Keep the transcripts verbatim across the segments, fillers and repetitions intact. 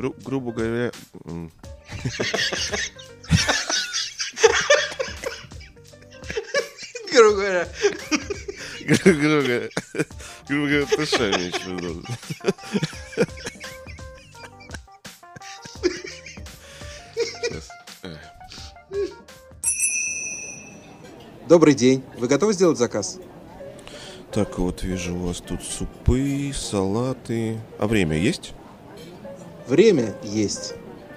Гру- грубо говоря... Грубо говоря. Грубо говоря, грубо говоря, ты что имеешь в виду? Добрый день. Вы готовы сделать заказ? Так, вот вижу у вас тут супы, салаты. А время есть? Время есть.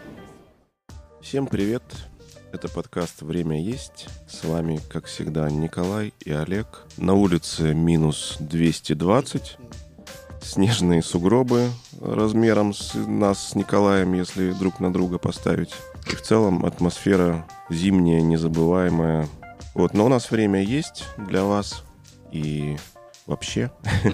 Всем привет. Это подкаст «Время есть». С вами, как всегда, Николай и Олег. На улице минус двести двадцать. Снежные сугробы размером с нас с Николаем, если друг на друга поставить. И в целом атмосфера зимняя, незабываемая. Вот, но у нас время есть для вас и вообще.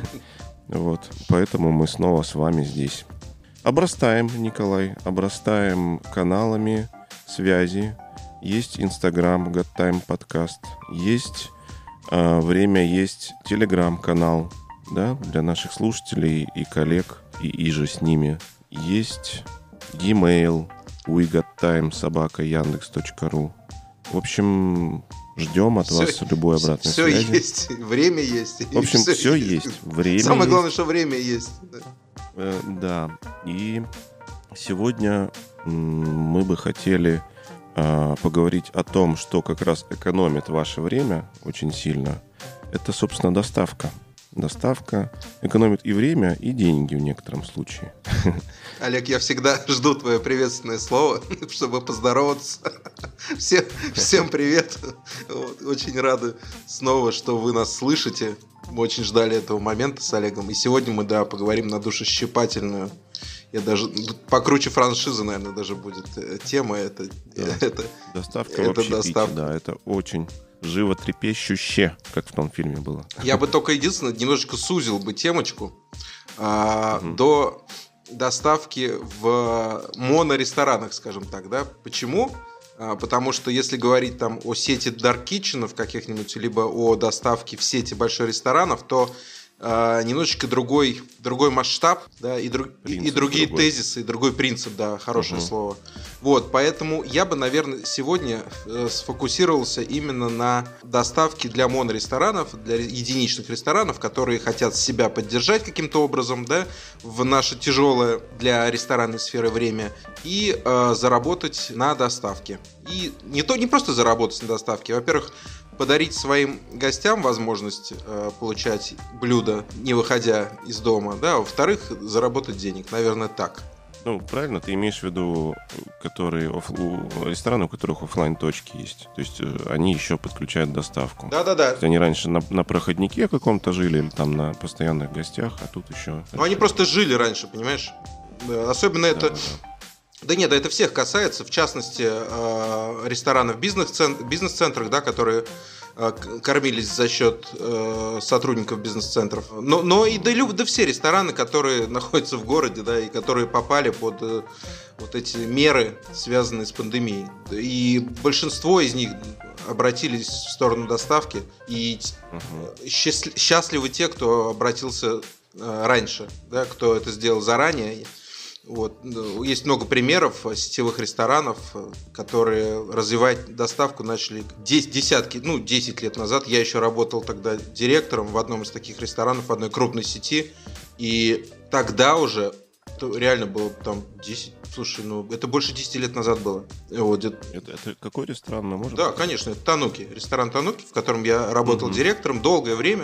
Вот, поэтому мы снова с вами здесь. Обрастаем, Николай, обрастаем каналами связи. Есть Инстаграм, Godtime подкаст. Есть э, время, есть Телеграм-канал, да, для наших слушателей и коллег, и иже с ними. Есть Gmail, wegottime собака яндекс точка ру. В общем, ждем от все, вас любой обратной все связи. Все есть, время есть. В общем, все, все есть. есть. Время Самое есть. главное, что время есть. Э, да. И сегодня мы бы хотели э, поговорить о том, что как раз экономит ваше время очень сильно. Это, собственно, доставка. Доставка экономит и время, и деньги в некотором случае. Олег, я всегда жду твое приветственное слово, чтобы поздороваться. Всем, всем привет. Вот, очень рады снова, что вы нас слышите. Мы очень ждали этого момента с Олегом. И сегодня мы, да, поговорим на душещипательную. Я даже покруче франшизы, наверное, даже будет тема. Это, да. это, доставка это вообще доставка. Да, это очень животрепещуще, как в том фильме было. Я бы только единственное немножечко сузил бы темочку а, угу. до доставки в моноресторанах, скажем так, да. Почему? А, потому что если говорить там о сети Dark Kitchen'ов каких-нибудь, либо о доставке в сети больших ресторанов, то а, немножечко другой, другой масштаб, да, и, друг, и, и другие другой. тезисы, и другой принцип, да, хорошее угу. слово. Вот, поэтому я бы, наверное, сегодня сфокусировался именно на доставке для моноресторанов, для единичных ресторанов, которые хотят себя поддержать каким-то образом, да, в наше тяжелое для ресторанной сферы время и э, заработать на доставке. И не, то, не просто заработать на доставке, во-первых, подарить своим гостям возможность э, получать блюда, не выходя из дома, да, а во-вторых, заработать денег, наверное, так. Ну, правильно, ты имеешь в виду, которые оф... рестораны, у которых офлайн-точки есть. То есть они еще подключают доставку. Да-да-да. Они раньше на, на проходнике каком-то жили или там на постоянных гостях, а тут еще... Ну, они просто жили раньше, понимаешь? Да, особенно это... Да, да. Да нет, да это всех касается, в частности, э, ресторанов в бизнес-цент... бизнес-центрах, да, которые э, кормились за счет э, сотрудников бизнес-центров. Но, но и да, да все рестораны, которые находятся в городе, да, и которые попали под э, вот эти меры, связанные с пандемией. И большинство из них обратились в сторону доставки. И uh-huh. счаст... счастливы те, кто обратился э, раньше, да, кто это сделал заранее. Вот. Есть много примеров сетевых ресторанов, которые развивать доставку начали десятки, ну, десять лет назад. Я еще работал тогда директором в одном из таких ресторанов, в одной крупной сети. И тогда уже реально было там десять, слушай, ну, это больше десяти лет назад было. Вот. Это, это какой ресторан? Мы можем да, сказать? Конечно, это Тануки. Ресторан Тануки, в котором я работал угу. директором долгое время.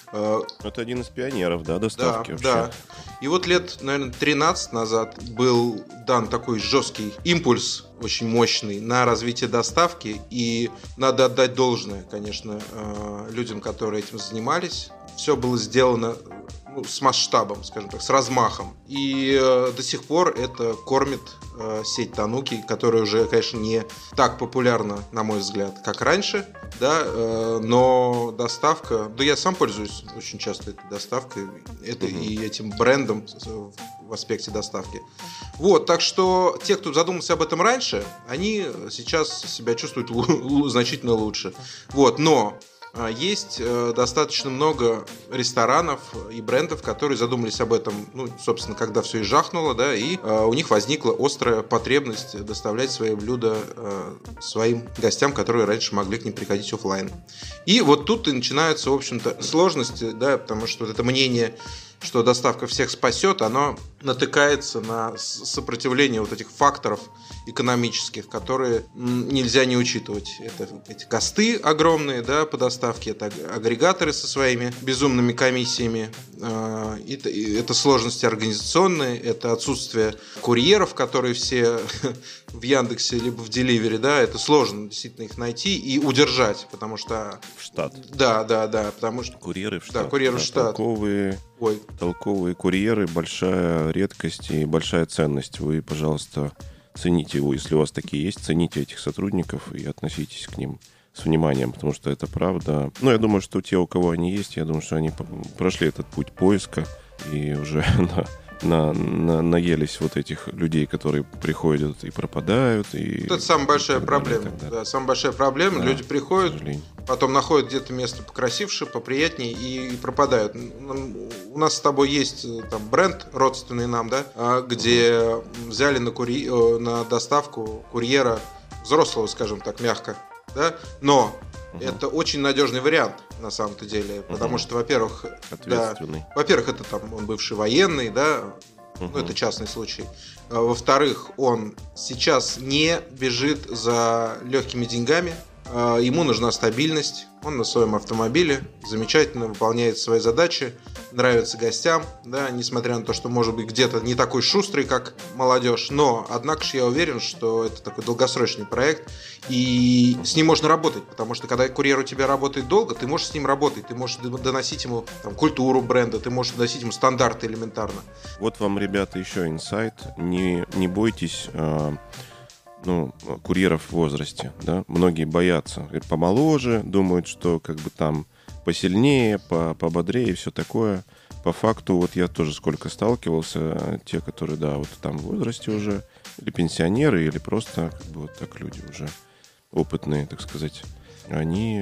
Это один из пионеров, да, доставки да, вообще. Да. И вот лет, наверное, тринадцать назад был дан такой жесткий импульс, очень мощный, на развитие доставки. И надо отдать должное, конечно, людям, которые этим занимались. Все было сделано ну, с масштабом, скажем так, с размахом. И э, до сих пор это кормит э, сеть Тануки, которая уже, конечно, не так популярна, на мой взгляд, как раньше, да, э, но доставка, да я сам пользуюсь очень часто этой доставкой, это mm-hmm. и этим брендом в аспекте доставки. Вот, так что те, кто задумался об этом раньше, они сейчас себя чувствуют л- л- значительно лучше. Вот, но есть достаточно много ресторанов и брендов, которые задумались об этом, ну, собственно, когда все и жахнуло, да, и у них возникла острая потребность доставлять свои блюда своим гостям, которые раньше могли к ним приходить офлайн. И вот тут и начинаются, в общем-то, сложности, да, потому что вот это мнение, что доставка всех спасет, оно натыкается на сопротивление вот этих факторов экономических, которые нельзя не учитывать. Это эти косты огромные, да, по доставке, это агрегаторы со своими безумными комиссиями, это, это сложности организационные, это отсутствие курьеров, которые все в Яндексе либо в Деливере, да, это сложно действительно их найти и удержать, потому что... В штат. Да, да, да, потому что... Курьеры в штат. Да, курьеры да, в штат. Толковые, Ой. толковые курьеры, большая редкость и большая ценность. Вы, пожалуйста, цените его, если у вас такие есть, цените этих сотрудников и относитесь к ним с вниманием, потому что это правда. Ну, я думаю, что те, у кого они есть, я думаю, что они прошли этот путь поиска и уже на, на, на, наелись вот этих людей, которые приходят и пропадают. И, это самая большая и проблема. Да, самая большая проблема. Да, люди приходят, потом находят где-то место покрасивше, поприятнее и, и пропадают. У нас с тобой есть там бренд, родственный нам, да, где взяли на, курьи... на доставку курьера взрослого, скажем так, мягко, да, но uh-huh. это очень надежный вариант на самом-то деле, потому uh-huh. что, во-первых, да, во-первых, это там он бывший военный, да, uh-huh. ну это частный случай. Во-вторых, он сейчас не бежит за легкими деньгами, ему нужна стабильность, он на своем автомобиле замечательно выполняет свои задачи, нравится гостям, да, несмотря на то, что может быть где-то не такой шустрый, как молодежь, но, однако же, я уверен, что это такой долгосрочный проект, и с ним можно работать, потому что когда курьер у тебя работает долго, ты можешь с ним работать, ты можешь доносить ему там, культуру бренда, ты можешь доносить ему стандарты элементарно. Вот вам, ребята, еще инсайт, не, не бойтесь... Э... ну, курьеров в возрасте, да, многие боятся, помоложе, думают, что как бы там посильнее, пободрее и все такое. По факту, вот я тоже сколько сталкивался, те, которые, да, вот там в возрасте уже, или пенсионеры, или просто как бы вот так люди уже опытные, так сказать, они,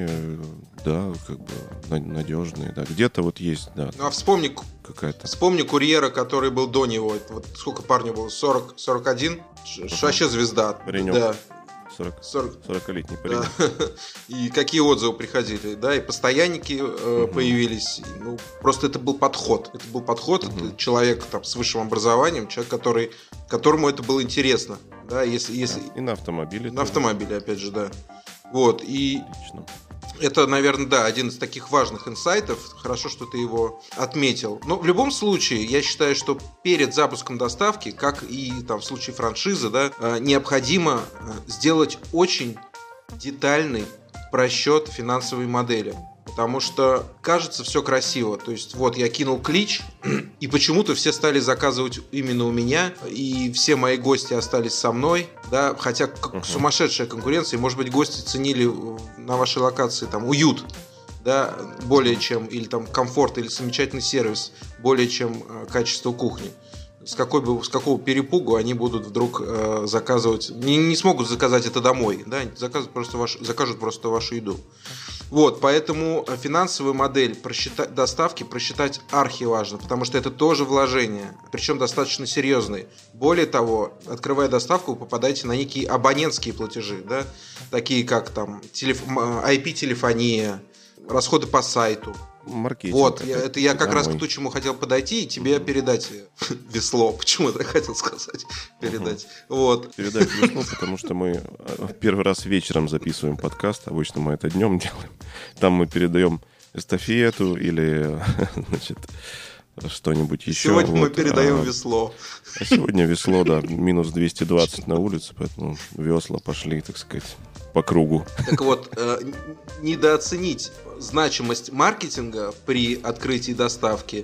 да, как бы надежные, да, где-то вот есть, да. Ну, а вспомни, какая-то. Вспомни курьера, который был до него, вот сколько парню было, сорок, сорок один, uh-huh. вообще звезда. Паренек. Да. сорок, сорокалетний парень. Да. И какие отзывы приходили, да, и постоянники э, uh-huh. появились. Ну, просто это был подход. Это был подход, uh-huh. это человек там, с высшим образованием, человек, который, которому это было интересно. Да, если, если... И на автомобиле. На тоже. автомобиле, опять же, да. Вот, и Отлично. Это, наверное, да, один из таких важных инсайтов. Хорошо, что ты его отметил. Но в любом случае, я считаю, что перед запуском доставки, как и там, в случае франшизы, да, необходимо сделать очень детальный просчет финансовой модели. Потому что кажется все красиво. То есть вот я кинул клич, и почему-то все стали заказывать именно у меня, и все мои гости остались со мной, да, хотя uh-huh. сумасшедшая конкуренция, и, может быть, гости ценили на вашей локации там уют, да, более чем, или там комфорт, или замечательный сервис, более чем э, качество кухни. С, какой бы, с какого перепугу они будут вдруг э, заказывать, не, не смогут заказать это домой, да, закажут просто, ваш, закажут просто вашу еду. Вот, поэтому финансовую модель просчитать, доставки просчитать архиважно, потому что это тоже вложение, причем достаточно серьезные. Более того, открывая доставку, вы попадаете на некие абонентские платежи, да, такие как там телеф... ай пи-телефония, расходы по сайту. Маркетинг. Вот, я, это я как домой. раз к тому, чему хотел подойти, и тебе mm-hmm. передать весло. Почему я хотел сказать? Передать. Mm-hmm. Вот. Передать весло, потому что мы первый раз вечером записываем подкаст. Обычно мы это днем делаем. Там мы передаем эстафету или, значит, что-нибудь еще. Сегодня вот. мы передаем а, весло. А сегодня весло, да, минус двести двадцать на улице, поэтому весла пошли, так сказать, по кругу. Так вот, э, недооценить значимость маркетинга при открытии доставки,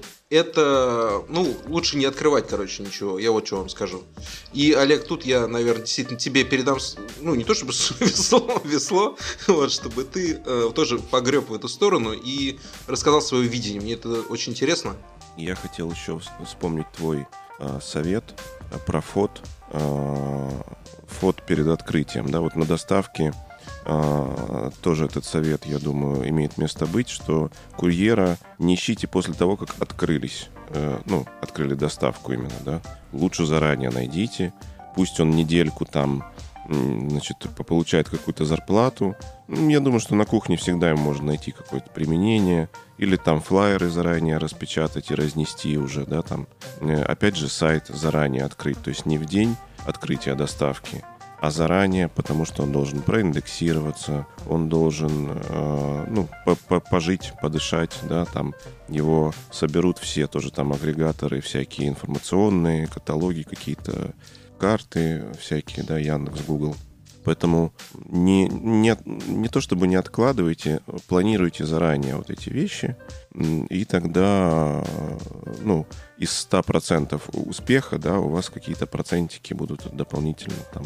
это, ну, лучше не открывать, короче, ничего. Я вот что вам скажу. И, Олег, тут я, наверное, действительно тебе передам, ну, не то чтобы весло, весло, вот, чтобы ты э, тоже погреб в эту сторону и рассказал свое видение. Мне это очень интересно. Я хотел еще вспомнить твой э, совет э, про фот, э, фот перед открытием. Да, вот на доставке э, тоже этот совет, я думаю, имеет место быть, что курьера не ищите после того, как открылись, э, ну, открыли доставку именно, да. Лучше заранее найдите, пусть он недельку там, значит, получает какую-то зарплату. Я думаю, что на кухне всегда ему можно найти какое-то применение. Или там флаеры заранее распечатать и разнести уже, да, там. Опять же, сайт заранее открыть. То есть не в день открытия доставки, а заранее, потому что он должен проиндексироваться, он должен э, ну, пожить, подышать, да, там его соберут все тоже там агрегаторы всякие информационные, каталоги какие-то, карты всякие, да, Яндекс, Google. Поэтому не, не, не то чтобы не откладывайте, планируйте заранее вот эти вещи, и тогда, ну, из ста процентов успеха, да, у вас какие-то процентики будут дополнительно там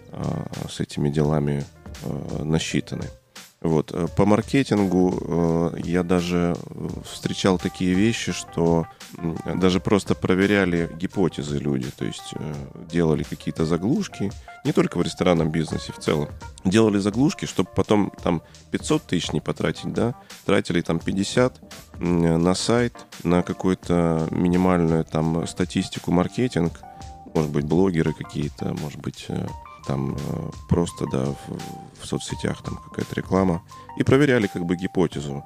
с этими делами насчитаны. Вот. По маркетингу я даже встречал такие вещи, что даже просто проверяли гипотезы люди, то есть делали какие-то заглушки, не только в ресторанном бизнесе в целом, делали заглушки, чтобы потом там пятьсот тысяч не потратить, да, тратили там пятьдесят на сайт, на какую-то минимальную там статистику, маркетинг, может быть, блогеры какие-то, может быть, там просто, да, в, в соцсетях там какая-то реклама, и проверяли как бы гипотезу,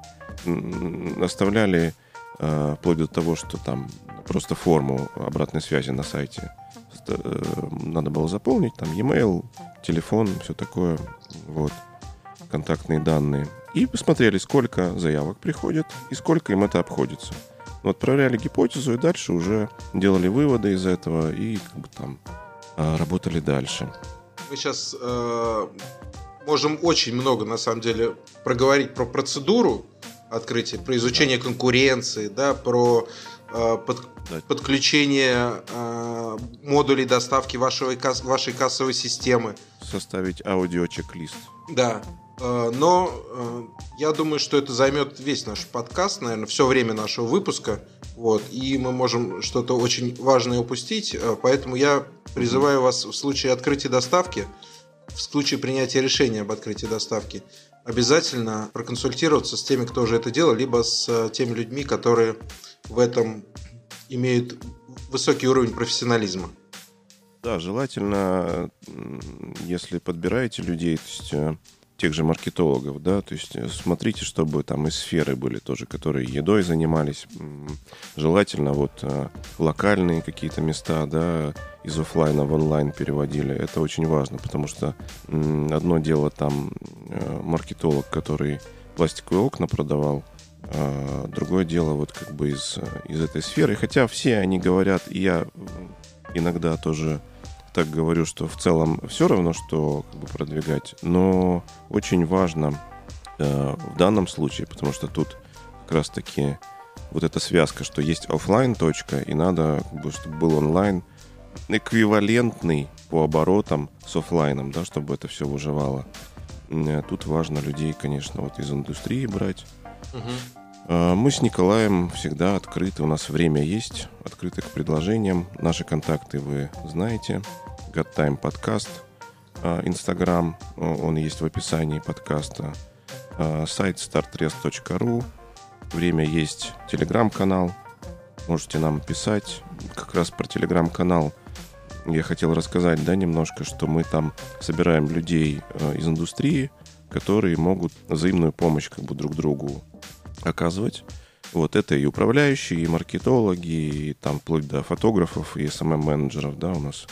оставляли э, вплоть до того, что там просто форму обратной связи на сайте э, надо было заполнить, там e-mail, телефон, все такое, вот, контактные данные, и посмотрели, сколько заявок приходит и сколько им это обходится. Вот проверяли гипотезу и дальше уже делали выводы из этого и как бы там э, работали дальше. Мы сейчас э, можем очень много, на самом деле, проговорить про процедуру открытия, про изучение да. конкуренции, да, про э, под, да. подключение э, модулей доставки вашей, вашей кассовой системы. Составить аудио-чек-лист. Да, э, но э, я думаю, что это займет весь наш подкаст, наверное, все время нашего выпуска. Вот, и мы можем что-то очень важное упустить, поэтому я призываю вас в случае открытия доставки, в случае принятия решения об открытии доставки, обязательно проконсультироваться с теми, кто уже это делал, либо с теми людьми, которые в этом имеют высокий уровень профессионализма. Да, желательно, если подбираете людей, то есть тех же маркетологов, да, то есть смотрите, чтобы там из сферы были тоже, которые едой занимались. Желательно вот локальные какие-то места, да, из офлайна в онлайн переводили. Это очень важно, потому что одно дело там маркетолог, который пластиковые окна продавал, а другое дело вот как бы из, из этой сферы. Хотя все они говорят, и я иногда тоже так говорю, что в целом все равно, что как бы продвигать, но очень важно э, в данном случае, потому что тут как раз-таки вот эта связка, что есть офлайн точка, и надо, как бы, чтобы был онлайн эквивалентный по оборотам с офлайном, да, чтобы это все выживало. Э, тут важно людей, конечно, вот из индустрии брать. Угу. Э, мы с Николаем всегда открыты, у нас время есть, открыты к предложениям. Наши контакты вы знаете. GodTime подкаст, Инстаграм, он есть в описании подкаста, сайт стартрес точка ру, время есть, Телеграм-канал, можете нам писать. Как раз про Телеграм-канал я хотел рассказать, да, немножко, что мы там собираем людей из индустрии, которые могут взаимную помощь как бы друг другу оказывать. Вот это и управляющие, и маркетологи, и там вплоть до фотографов, и эс эм эм-менеджеров, да, у нас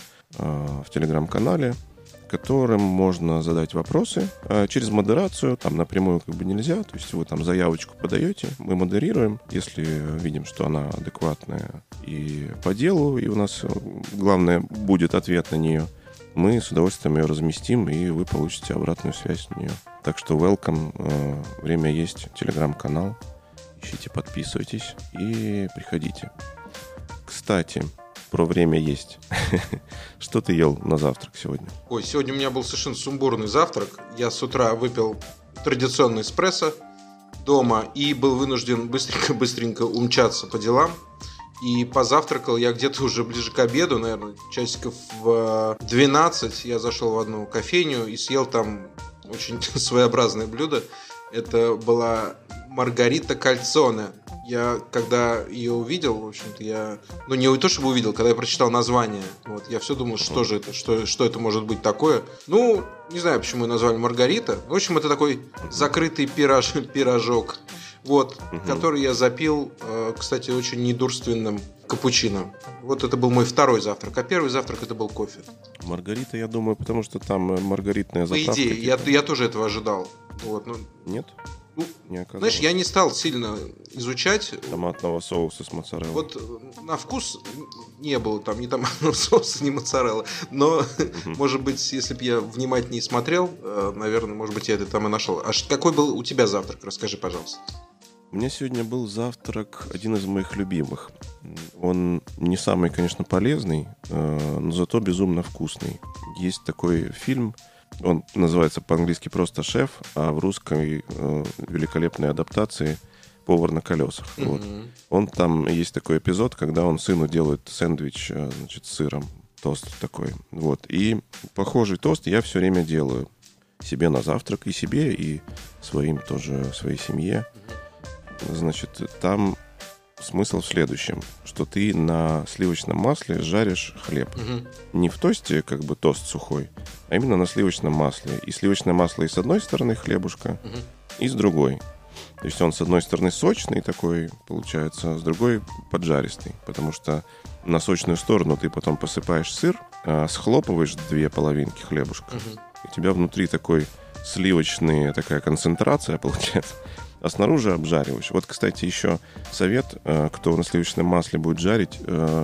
в Телеграм-канале, которым можно задать вопросы через модерацию, там напрямую как бы нельзя, то есть вы там заявочку подаете, мы модерируем, если видим, что она адекватная и по делу, и у нас, главное, будет ответ на нее, мы с удовольствием ее разместим, и вы получите обратную связь на нее. Так что welcome, время есть, Телеграм-канал, ищите, подписывайтесь и приходите. Кстати, про время есть. Что ты ел на завтрак сегодня? Ой, сегодня у меня был совершенно сумбурный завтрак. Я с утра выпил традиционный эспрессо дома и был вынужден быстренько-быстренько умчаться по делам. И позавтракал я где-то уже ближе к обеду, наверное, часиков в двенадцать. Я зашел в одну кофейню и съел там очень своеобразное блюдо. Это была Маргарита Кальцоне. Я, когда ее увидел, в общем-то, я... Ну, не то, чтобы увидел, когда я прочитал название, вот, я все думал, что же это, что, что это может быть такое. Ну, не знаю, почему ее назвали Маргарита. В общем, это такой закрытый пирож, пирожок, вот, угу. который я запил, кстати, очень недурственным капучино. Вот это был мой второй завтрак, а первый завтрак это был кофе. Маргарита, я думаю, потому что там маргаритная заправка. По идее, я, я тоже этого ожидал. Вот, ну... Нет? Ну, не знаешь, я не стал сильно изучать. Томатного соуса с моцареллой. Вот на вкус не было там ни томатного соуса, ни моцареллы. Но, uh-huh. может быть, если бы я внимательнее смотрел, наверное, может быть, я это там и нашел. А какой был у тебя завтрак? Расскажи, пожалуйста. У меня сегодня был завтрак, один из моих любимых. Он не самый, конечно, полезный, но зато безумно вкусный. Есть такой фильм, он называется по-английски просто «Шеф», а в русской э, великолепной адаптации «Повар на колесах». Mm-hmm. Вот. Он там, есть такой эпизод, когда он сыну делает сэндвич, э, значит, с сыром, тост такой. Вот. И похожий тост я все время делаю себе на завтрак, и себе, и своим тоже, своей семье. Значит, там смысл в следующем, что ты на сливочном масле жаришь хлеб. Угу. Не в тосте, как бы тост сухой, а именно на сливочном масле. И сливочное масло и с одной стороны хлебушка, угу. и с другой. То есть он с одной стороны сочный такой, получается, а с другой поджаристый. Потому что на сочную сторону ты потом посыпаешь сыр, а схлопываешь две половинки хлебушка, угу. и у тебя внутри такой сливочная такая концентрация получается. А снаружи обжариваешь. Вот, кстати, еще совет, кто на сливочном масле будет жарить,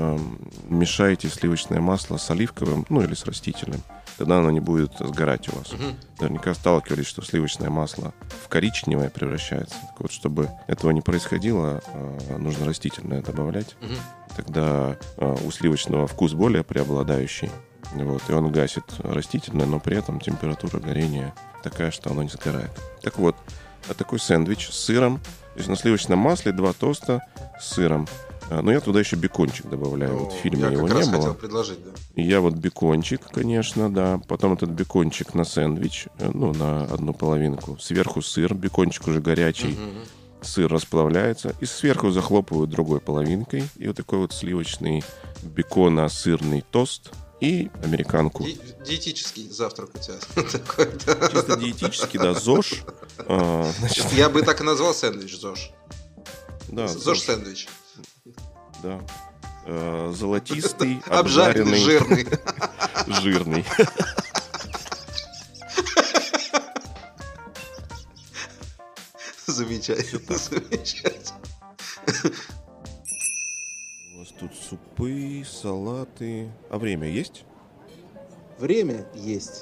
мешайте сливочное масло с оливковым, ну или с растительным. Тогда оно не будет сгорать у вас. Угу. Наверняка сталкивались, что сливочное масло в коричневое превращается. Так вот, чтобы этого не происходило, нужно растительное добавлять. Угу. Тогда у сливочного вкус более преобладающий. Вот, и он гасит растительное, но при этом температура горения такая, что оно не сгорает. Так вот, а такой сэндвич с сыром, то есть на сливочном масле два тоста с сыром. Но я туда еще бекончик добавляю. О, вот в фильме его не было. Я как раз хотел предложить, да. И я вот бекончик, конечно, да. Потом этот бекончик на сэндвич, ну, на одну половинку. Сверху сыр, бекончик уже горячий. Угу. Сыр расплавляется. И сверху захлопываю другой половинкой. И вот такой вот сливочный беконо-сырный тост. И американку. Ди- диетический завтрак у тебя такой, да? Чисто диетический, да, ЗОЖ. А, значит... Я бы так и назвал сэндвич ЗОЖ. Да, ЗОЖ-сэндвич. Да. А, золотистый, обжаренный, жирный. Жирный. Замечательно, замечательно. Тут супы, салаты. А время есть? Время есть.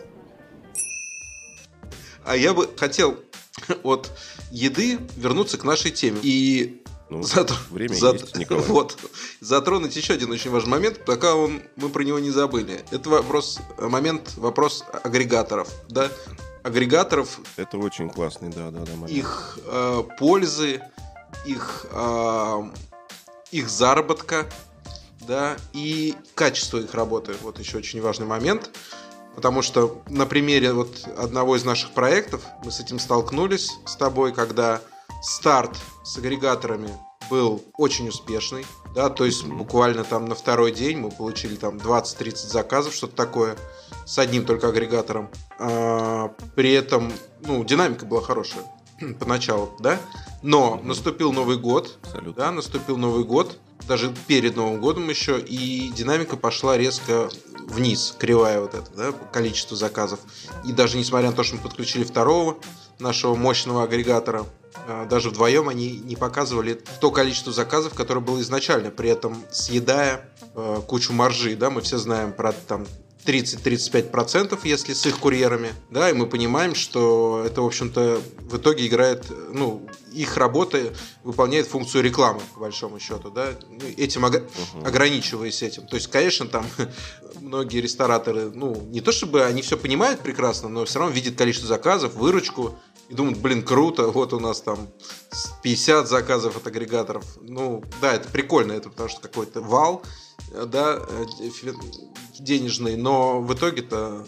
А я бы хотел от еды вернуться к нашей теме. И ну, затр... время зат... есть, Николай. Вот. Затронуть еще один очень важный момент, пока он... мы про него не забыли. Это вопрос, момент, вопрос агрегаторов. Да? Агрегаторов. Это очень классный, да, да, да, момент. Их э, пользы, их... Э, их заработка, да, и качество их работы. Вот еще очень важный момент. Потому что на примере вот одного из наших проектов мы с этим столкнулись с тобой, когда старт с агрегаторами был очень успешный. Да, то есть mm-hmm. буквально там на второй день мы получили там двадцать-тридцать заказов, что-то такое, с одним только агрегатором. А, при этом, ну, динамика была хорошая поначалу, да? Но mm-hmm. наступил Новый год, Абсолютно. да, наступил Новый год, даже перед Новым годом еще, и динамика пошла резко вниз, кривая вот это, да, количество заказов. И даже несмотря на то, что мы подключили второго нашего мощного агрегатора, даже вдвоем они не показывали то количество заказов, которое было изначально, при этом съедая э, кучу маржи, да, мы все знаем про там тридцать-тридцать пять процентов, если с их курьерами, да, и мы понимаем, что это, в общем-то, в итоге играет, ну, их работа выполняет функцию рекламы, по большому счету, да, этим ог... uh-huh. ограничиваясь этим. То есть, конечно, там многие рестораторы, ну, не то чтобы они все понимают прекрасно, но все равно видят количество заказов, выручку, и думают, блин, круто, вот у нас там пятьдесят заказов от агрегаторов. Ну, да, это прикольно, это потому что какой-то вал, да, денежный, но в итоге-то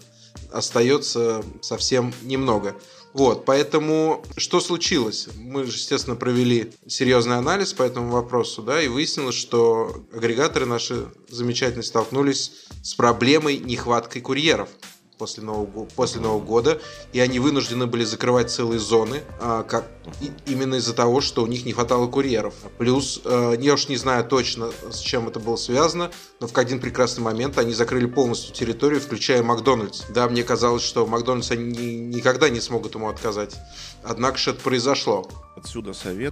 остается совсем немного. Вот, поэтому что случилось? Мы же, естественно, провели серьезный анализ по этому вопросу, да, и выяснилось, что агрегаторы наши замечательно столкнулись с проблемой нехваткой курьеров после Нового, после Нового года, и они вынуждены были закрывать целые зоны, а, как, и, именно из-за того, что у них не хватало курьеров. Плюс, а, я уж не знаю точно, с чем это было связано, но в один прекрасный момент они закрыли полностью территорию, включая Макдональдс. Да, мне казалось, что Макдональдс они ни, никогда не смогут ему отказать. Однако же это произошло. Отсюда совет.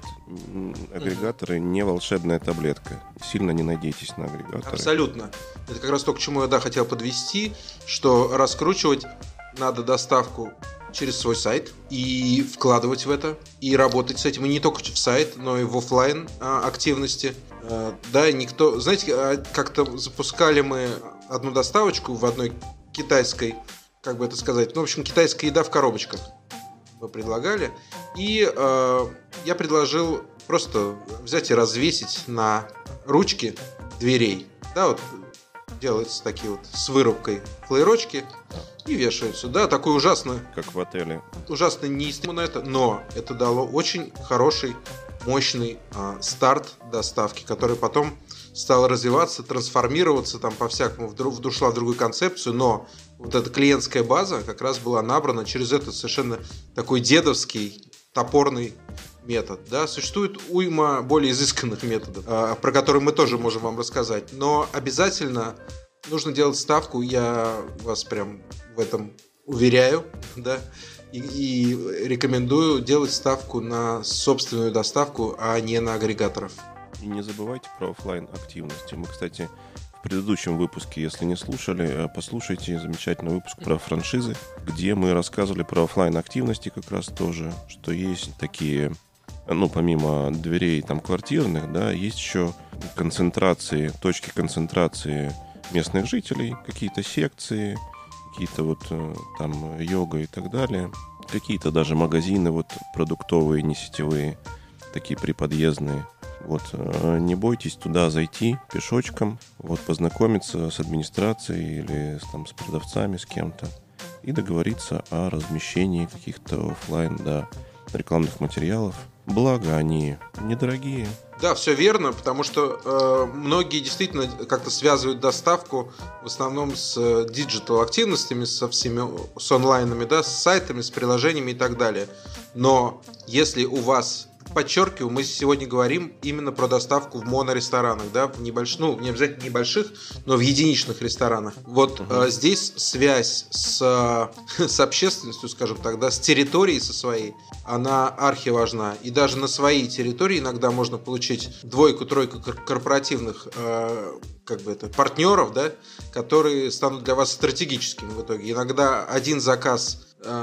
Агрегаторы не волшебная таблетка. Сильно не надейтесь на агрегаторы. Абсолютно. Это как раз то, к чему я да, хотел подвести, что раскручивать надо доставку через свой сайт и вкладывать в это, и работать с этим, и не только в сайт, но и в офлайн а, активности. А, да, никто... Знаете, как-то запускали мы одну доставочку в одной китайской, как бы это сказать, ну, в общем, китайская еда в коробочках мы предлагали, и э, я предложил просто взять и развесить на ручки дверей, да, вот делаются такие вот с вырубкой флеерочки и вешаются, да, такой ужасно, как в отеле, ужасно неестественно это, но это дало очень хороший, мощный э, старт доставки, который потом стал развиваться, трансформироваться там по-всякому, вдруг ушла в другую концепцию, но вот эта клиентская база как раз была набрана через этот совершенно такой дедовский, топорный метод. Да? Существует уйма более изысканных методов, про которые мы тоже можем вам рассказать, но обязательно нужно делать ставку, я вас прям в этом уверяю, да, и, и рекомендую делать ставку на собственную доставку, а не на агрегаторов. И не забывайте про офлайн активности. Мы, кстати, в предыдущем выпуске, если не слушали, послушайте замечательный выпуск про франшизы, где мы рассказывали про офлайн активности как раз тоже, что есть такие, ну, помимо дверей там квартирных, да, есть еще концентрации, точки концентрации местных жителей, какие-то секции, какие-то вот там йога и так далее, какие-то даже магазины вот продуктовые, не сетевые, такие приподъездные. Вот, не бойтесь туда зайти пешочком, вот, познакомиться с администрацией или там, с продавцами, с кем-то и договориться о размещении каких-то офлайн, да, рекламных материалов. Благо, они недорогие. Да, все верно, потому что э, многие действительно как-то связывают доставку в основном с диджитал активностями, со всеми, с онлайнами, да, с сайтами, с приложениями и так далее. Но если у вас... Подчеркиваю, мы сегодня говорим именно про доставку в моноресторанах, да, в небольших, ну, не обязательно небольших, но в единичных ресторанах. Вот uh-huh. э, здесь связь с, с общественностью, скажем так, да, с территорией со своей, она архиважна. И даже на своей территории иногда можно получить двойку-тройку корпоративных э, как бы это, партнеров, да, которые станут для вас стратегическими в итоге. Иногда один заказ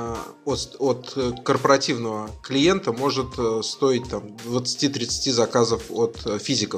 От, от корпоративного клиента может стоить там, двадцать-тридцать заказов от физиков.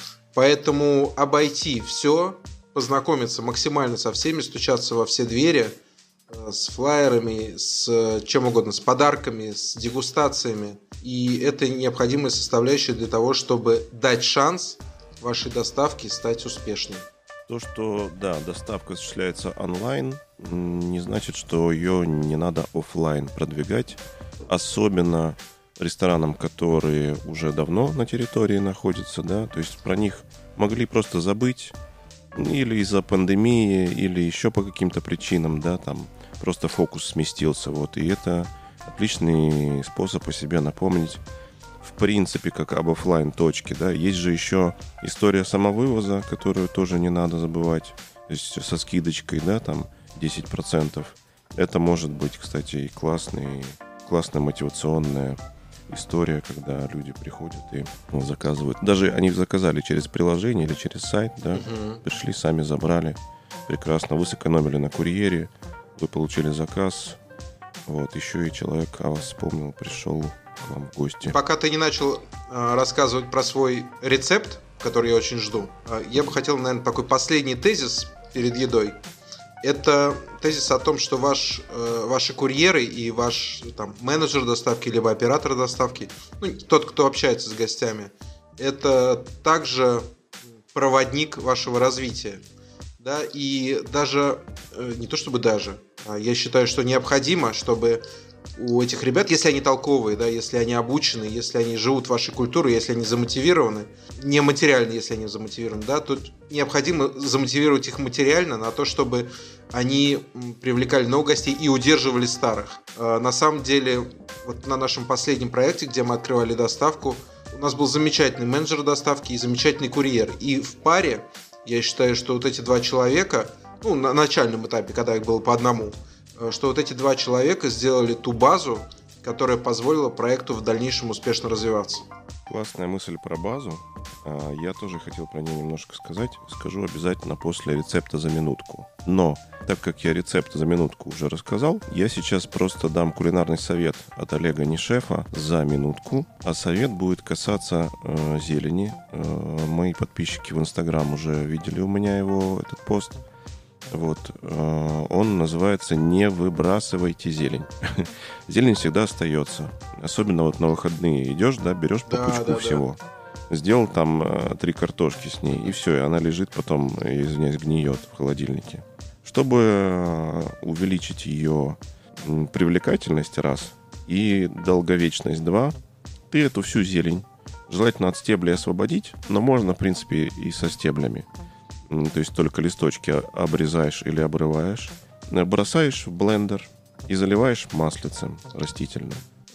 Поэтому обойти все, познакомиться максимально со всеми, стучаться во все двери с флаерами, с чем угодно, с подарками, с дегустациями. И это необходимая составляющая для того, чтобы дать шанс вашей доставке стать успешной. То, что, да, доставка осуществляется онлайн, не значит, что ее не надо офлайн продвигать. Особенно ресторанам, которые уже давно на территории находятся, да, то есть про них могли просто забыть или из-за пандемии, или еще по каким-то причинам, да, там просто фокус сместился, вот, и это отличный способ о себе напомнить. В принципе, как об офлайн точке, да, есть же еще история самовывоза, которую тоже не надо забывать, то есть со скидочкой, да, там десять процентов. Это может быть, кстати, и классный, классная мотивационная история, когда люди приходят и ну, заказывают. Даже они заказали через приложение или через сайт, да, uh-huh. пришли, сами забрали. Прекрасно, вы сэкономили на курьере, вы получили заказ, вот, еще и человек о вас вспомнил, пришел к вам в гости. Пока ты не начал э, рассказывать про свой рецепт, который я очень жду, э, я бы хотел, наверное, такой последний тезис перед едой. Это тезис о том, что ваш, э, ваши курьеры и ваш там, менеджер доставки, либо оператор доставки, ну, тот, кто общается с гостями, это также проводник вашего развития. Да, и даже, не то чтобы даже, я считаю, что необходимо, чтобы у этих ребят, если они толковые, да, если они обучены, если они живут вашей культурой, если они замотивированы, не материально, если они замотивированы, да, то необходимо замотивировать их материально на то, чтобы они привлекали новых гостей и удерживали старых. На самом деле, вот на нашем последнем проекте, где мы открывали доставку, у нас был замечательный менеджер доставки и замечательный курьер. И в паре, я считаю, что вот эти два человека, ну, на начальном этапе, когда их было по одному, что вот эти два человека сделали ту базу, которая позволила проекту в дальнейшем успешно развиваться. Классная мысль про базу. Я тоже хотел про нее немножко сказать. Скажу обязательно после рецепта за минутку. Но, так как я рецепт за минутку уже рассказал, я сейчас просто дам кулинарный совет от Олега Нишефа за минутку. А совет будет касаться э, зелени. Э, мои подписчики в Инстаграм уже видели у меня его, этот пост. Вот, э, он называется «Не выбрасывайте зелень». Зелень всегда остается. Особенно вот на выходные идешь, да, берешь по да, пучку да, всего. Да. Сделал там э, три картошки с ней, и все, и она лежит потом, извиняюсь, гниет в холодильнике. Чтобы э, увеличить ее э, привлекательность, раз, и долговечность, два, ты эту всю зелень желательно от стеблей освободить, но можно, в принципе, и со стеблями. То есть только листочки обрезаешь или обрываешь, бросаешь в блендер и заливаешь маслицем растительным.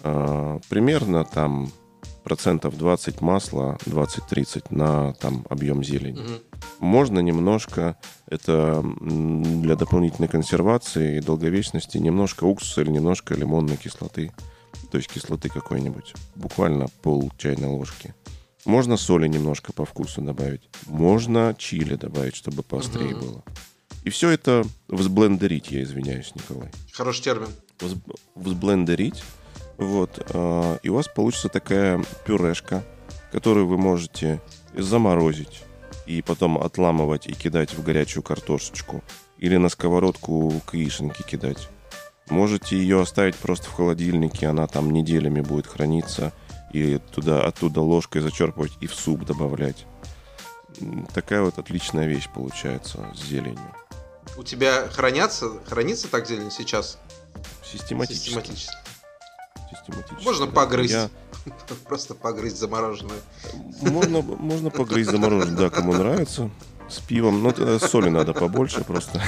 А, примерно там процентов двадцать масла, двадцать-тридцать на там объем зелени. Угу. Можно немножко, это для дополнительной консервации и долговечности, немножко уксуса или немножко лимонной кислоты. То есть кислоты какой-нибудь. Буквально пол чайной ложки. Можно соли немножко по вкусу добавить. Можно чили добавить, чтобы поострее uh-huh. было. И все это взблендерить, я извиняюсь, Николай. Хороший термин. Вз, взблендерить. Вот. Э, и у вас получится такая пюрешка, которую вы можете заморозить и потом отламывать и кидать в горячую картошечку. Или на сковородку к яишенке кидать. Можете ее оставить просто в холодильнике, она там неделями будет храниться. И туда, оттуда ложкой зачерпывать и в суп добавлять. Такая вот отличная вещь получается с зеленью. У тебя хранятся, хранится так зелень сейчас? Систематически. Систематически. Систематически. Можно да. погрызть. Я... Просто погрызть замороженное. Можно, можно погрызть замороженное, да, кому нравится. С пивом. Но соли надо побольше просто.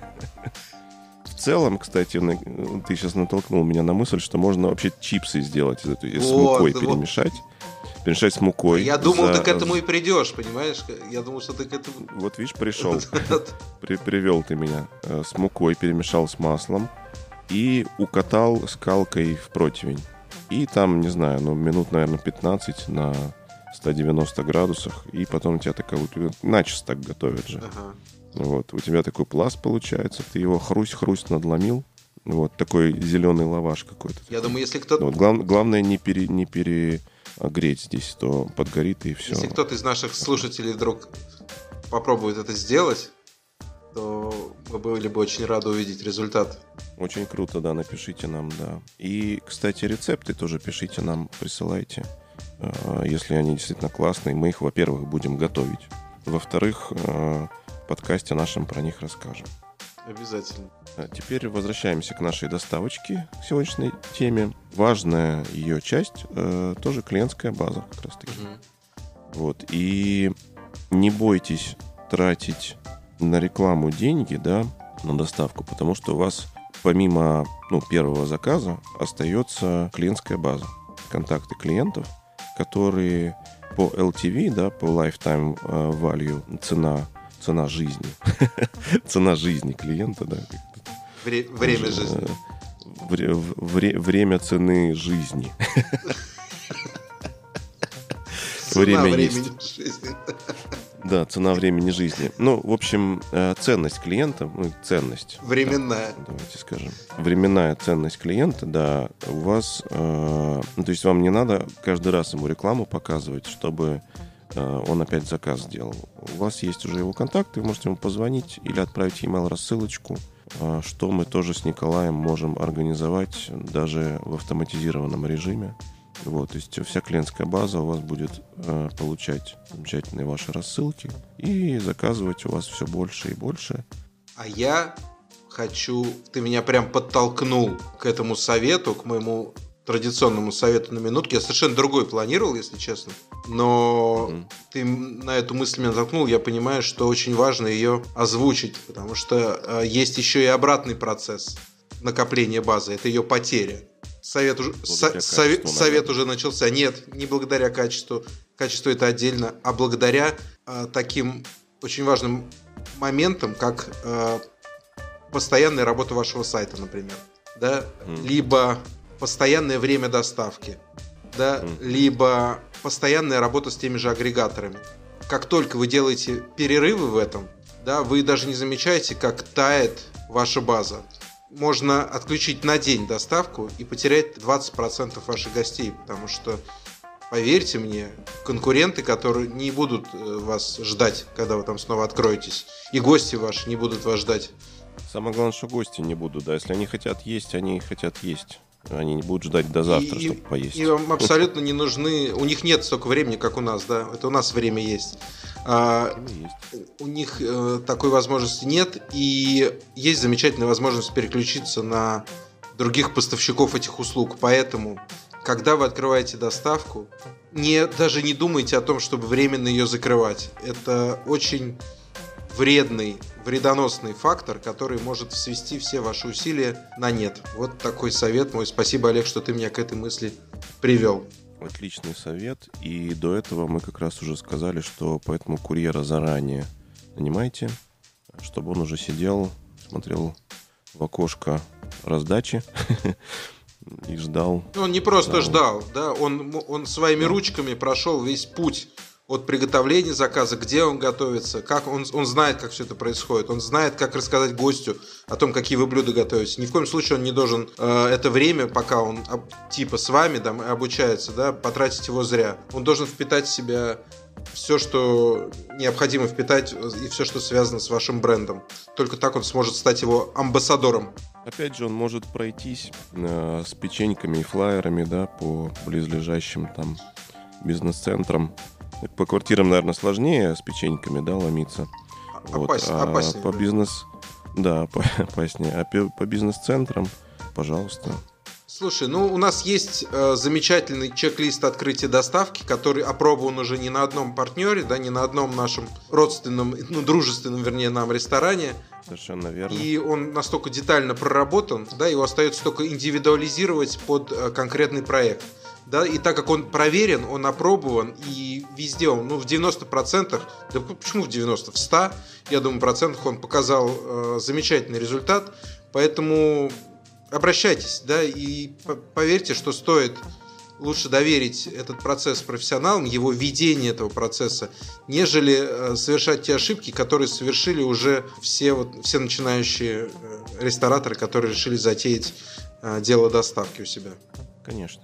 В целом, кстати, ты сейчас натолкнул меня на мысль, что можно вообще чипсы сделать, вот, с мукой вот, перемешать. Вот. Перемешать с мукой. Я думал, за... ты к этому и придешь, понимаешь? Я думал, что ты к этому... Вот видишь, пришел. При, привел ты меня. С мукой перемешал с маслом и укатал скалкой в противень. И там, не знаю, ну, минут, наверное, пятнадцать на ста девяноста градусах. И потом у тебя такая... Начисто так готовят же. Ага. Вот, у тебя такой пласт получается, ты его хрусть-хрусть надломил, вот, такой зеленый лаваш какой-то. Я думаю, если кто-то... Вот, глав... Главное не, пере... не перегреть здесь, то подгорит и все. Если кто-то из наших слушателей вдруг попробует это сделать, то мы были бы очень рады увидеть результат. Очень круто, да, напишите нам, да. И, кстати, рецепты тоже пишите нам, присылайте, если они действительно классные. Мы их, во-первых, будем готовить. Во-вторых, в подкасте нашем про них расскажем. Обязательно. А теперь возвращаемся к нашей доставочке, к сегодняшней теме. Важная ее часть э, тоже клиентская база, как раз таки. Угу. Вот. И не бойтесь тратить на рекламу деньги, да, на доставку, потому что у вас помимо ну, первого заказа остается клиентская база. Контакты клиентов, которые по эл ти ви, да, по Lifetime Value, цена Цена жизни. Цена жизни клиента, да. Вре- время жизни. Вре- вре- время цены жизни. Время есть. Да, цена времени жизни. Ну, в общем, ценность клиента, ну, ценность. Временная. Да, давайте скажем. Временная ценность клиента, да, у вас... Э, ну, то есть вам не надо каждый раз ему рекламу показывать, чтобы... он опять заказ сделал. У вас есть уже его контакты, вы можете ему позвонить или отправить email рассылочку, что мы тоже с Николаем можем организовать даже в автоматизированном режиме. Вот, то есть вся клиентская база у вас будет э, получать замечательные ваши рассылки и заказывать у вас все больше и больше. А я хочу... Ты меня прям подтолкнул к этому совету, к моему традиционному совету на минутке. Я совершенно другой планировал, если честно. Но mm-hmm. ты на эту мысль меня натолкнул. Я понимаю, что очень важно ее озвучить, потому что э, есть еще и обратный процесс накопления базы. Это ее потеря. Совет, уже, со, совет, совет уже начался. Нет, не благодаря качеству. Качество это отдельно, а благодаря э, таким очень важным моментам, как э, постоянная работа вашего сайта, например. Да? Mm. Либо постоянное время доставки. Да? Mm. Либо постоянная работа с теми же агрегаторами. Как только вы делаете перерывы в этом, да, вы даже не замечаете, как тает ваша база. Можно отключить на день доставку и потерять двадцать процентов ваших гостей, потому что, поверьте мне, конкуренты, которые не будут вас ждать, когда вы там снова откроетесь, и гости ваши не будут вас ждать. Самое главное, что гости не будут, да, если они хотят есть, они хотят есть. Они не будут ждать до завтра, и, чтобы поесть. И вам абсолютно не нужны... У них нет столько времени, как у нас, да? Это у нас время есть. А, есть. У них э, такой возможности нет. И есть замечательная возможность переключиться на других поставщиков этих услуг. Поэтому, когда вы открываете доставку, не, даже не думайте о том, чтобы временно ее закрывать. Это очень вредный, вредоносный фактор, который может свести все ваши усилия на нет. Вот такой совет мой. Спасибо, Олег, что ты меня к этой мысли привел. Отличный совет. И до этого мы как раз уже сказали, что поэтому курьера заранее нанимайте, чтобы он уже сидел, смотрел в окошко раздачи и ждал. Он не просто ждал, да, он, он своими ручками прошел весь путь от приготовления заказа, где он готовится, как он, он знает, как все это происходит, он знает, как рассказать гостю о том, какие вы блюда готовите. Ни в коем случае он не должен э, это время, пока он типа с вами да, обучается, да, потратить его зря. Он должен впитать в себя все, что необходимо впитать, и все, что связано с вашим брендом. Только так он сможет стать его амбассадором. Опять же, он может пройтись э, с печеньками и флаерами, да, по близлежащим там бизнес-центрам. По квартирам, наверное, сложнее с печеньками, да, ломиться. Опаснее, вот. а опаснее, по да. бизнес, да, по, опаснее. А по, по бизнес-центрам, пожалуйста. Слушай, ну у нас есть э, замечательный чек-лист открытия доставки, который опробован уже не на одном партнере, да, не на одном нашем родственном, ну, дружественном, вернее, нам ресторане. Совершенно верно. И он настолько детально проработан, да, его остается только индивидуализировать под э, конкретный проект. Да, и так как он проверен, он опробован, и везде он, ну, в девяноста процентах, да почему в девяноста, в ста, я думаю, процентах он показал э, замечательный результат, поэтому обращайтесь, да, и поверьте, что стоит лучше доверить этот процесс профессионалам, его ведение этого процесса, нежели э, совершать те ошибки, которые совершили уже все, вот, все начинающие э, рестораторы, которые решили затеять э, дело доставки у себя. Конечно.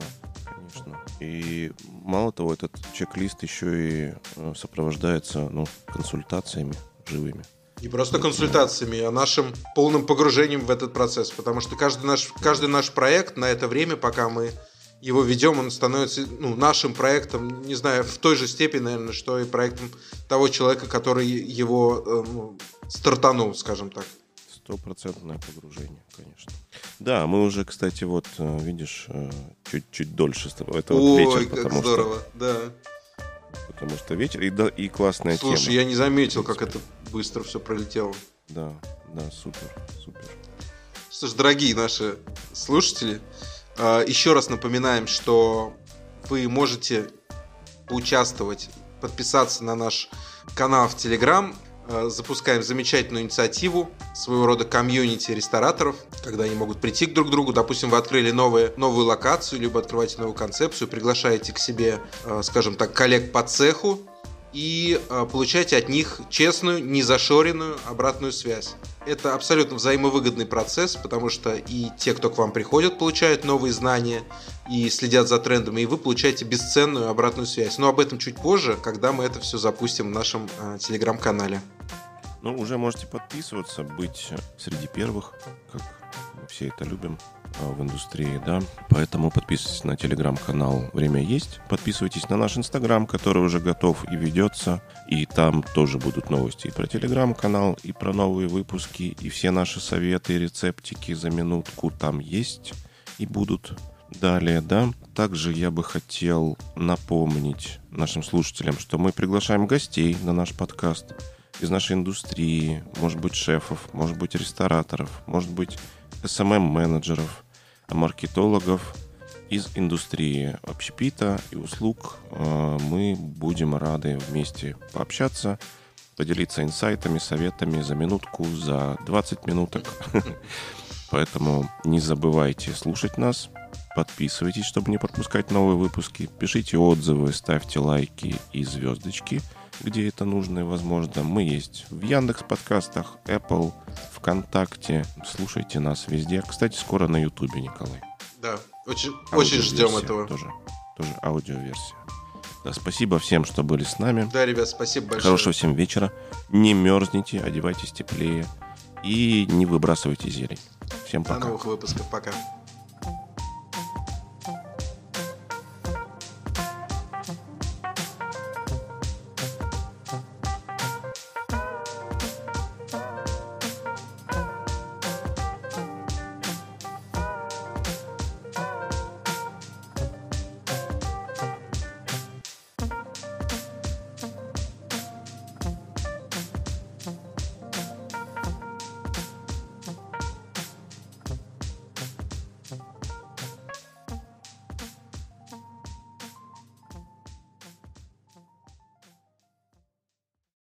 И мало того, этот чек-лист еще и сопровождается, ну, консультациями живыми. Не просто консультациями, а нашим полным погружением в этот процесс. Потому что каждый наш, каждый наш проект на это время, пока мы его ведем, он становится, ну, нашим проектом, не знаю, в той же степени, наверное, что и проектом того человека, который его ну, стартанул, скажем так. Стопроцентное погружение, конечно. Да, мы уже, кстати, вот, видишь, чуть-чуть дольше с тобой. Это Ой, вот вечер, как потому здорово, что, да. Потому что вечер, и, да, и классная Слушай, тема. Слушай, я не заметил, как это быстро все пролетело. Да, да, супер, супер. Что ж, дорогие наши слушатели, еще раз напоминаем, что вы можете поучаствовать, подписаться на наш канал в Telegram. Запускаем замечательную инициативу, своего рода комьюнити рестораторов, когда они могут прийти друг к другу. Допустим, вы открыли новые, новую локацию, либо открываете новую концепцию, приглашаете к себе, скажем так, коллег по цеху и получаете от них честную, незашоренную обратную связь. Это абсолютно взаимовыгодный процесс, потому что и те, кто к вам приходят, получают новые знания и следят за трендами, и вы получаете бесценную обратную связь. Но об этом чуть позже, когда мы это все запустим в нашем э, телеграм-канале. Ну, уже можете подписываться, быть среди первых, как все это любим в индустрии, да. Поэтому подписывайтесь на телеграм-канал «Время есть». Подписывайтесь на наш инстаграм, который уже готов и ведется. И там тоже будут новости и про телеграм-канал, и про новые выпуски. И все наши советы и рецептики за минутку там есть и будут далее, да. Также я бы хотел напомнить нашим слушателям, что мы приглашаем гостей на наш подкаст из нашей индустрии, может быть, шефов, может быть, рестораторов, может быть, эс эм эм-менеджеров, маркетологов из индустрии общепита и услуг. Мы будем рады вместе пообщаться, поделиться инсайтами, советами за минутку, за двадцать минуток. Поэтому не забывайте слушать нас, подписывайтесь, чтобы не пропускать новые выпуски, пишите отзывы, ставьте лайки и звездочки, где это нужно и возможно. Мы есть в Яндекс.Подкастах, Apple, ВКонтакте. Слушайте нас везде. Кстати, скоро на Ютубе, Николай. Да, очень, очень ждем этого. Тоже, тоже аудиоверсия. Да, спасибо всем, что были с нами. Да, ребят, спасибо большое. Хорошего всем вечера. Не мерзните, одевайтесь теплее и не выбрасывайте зелень. Всем пока. До новых выпусков. Пока.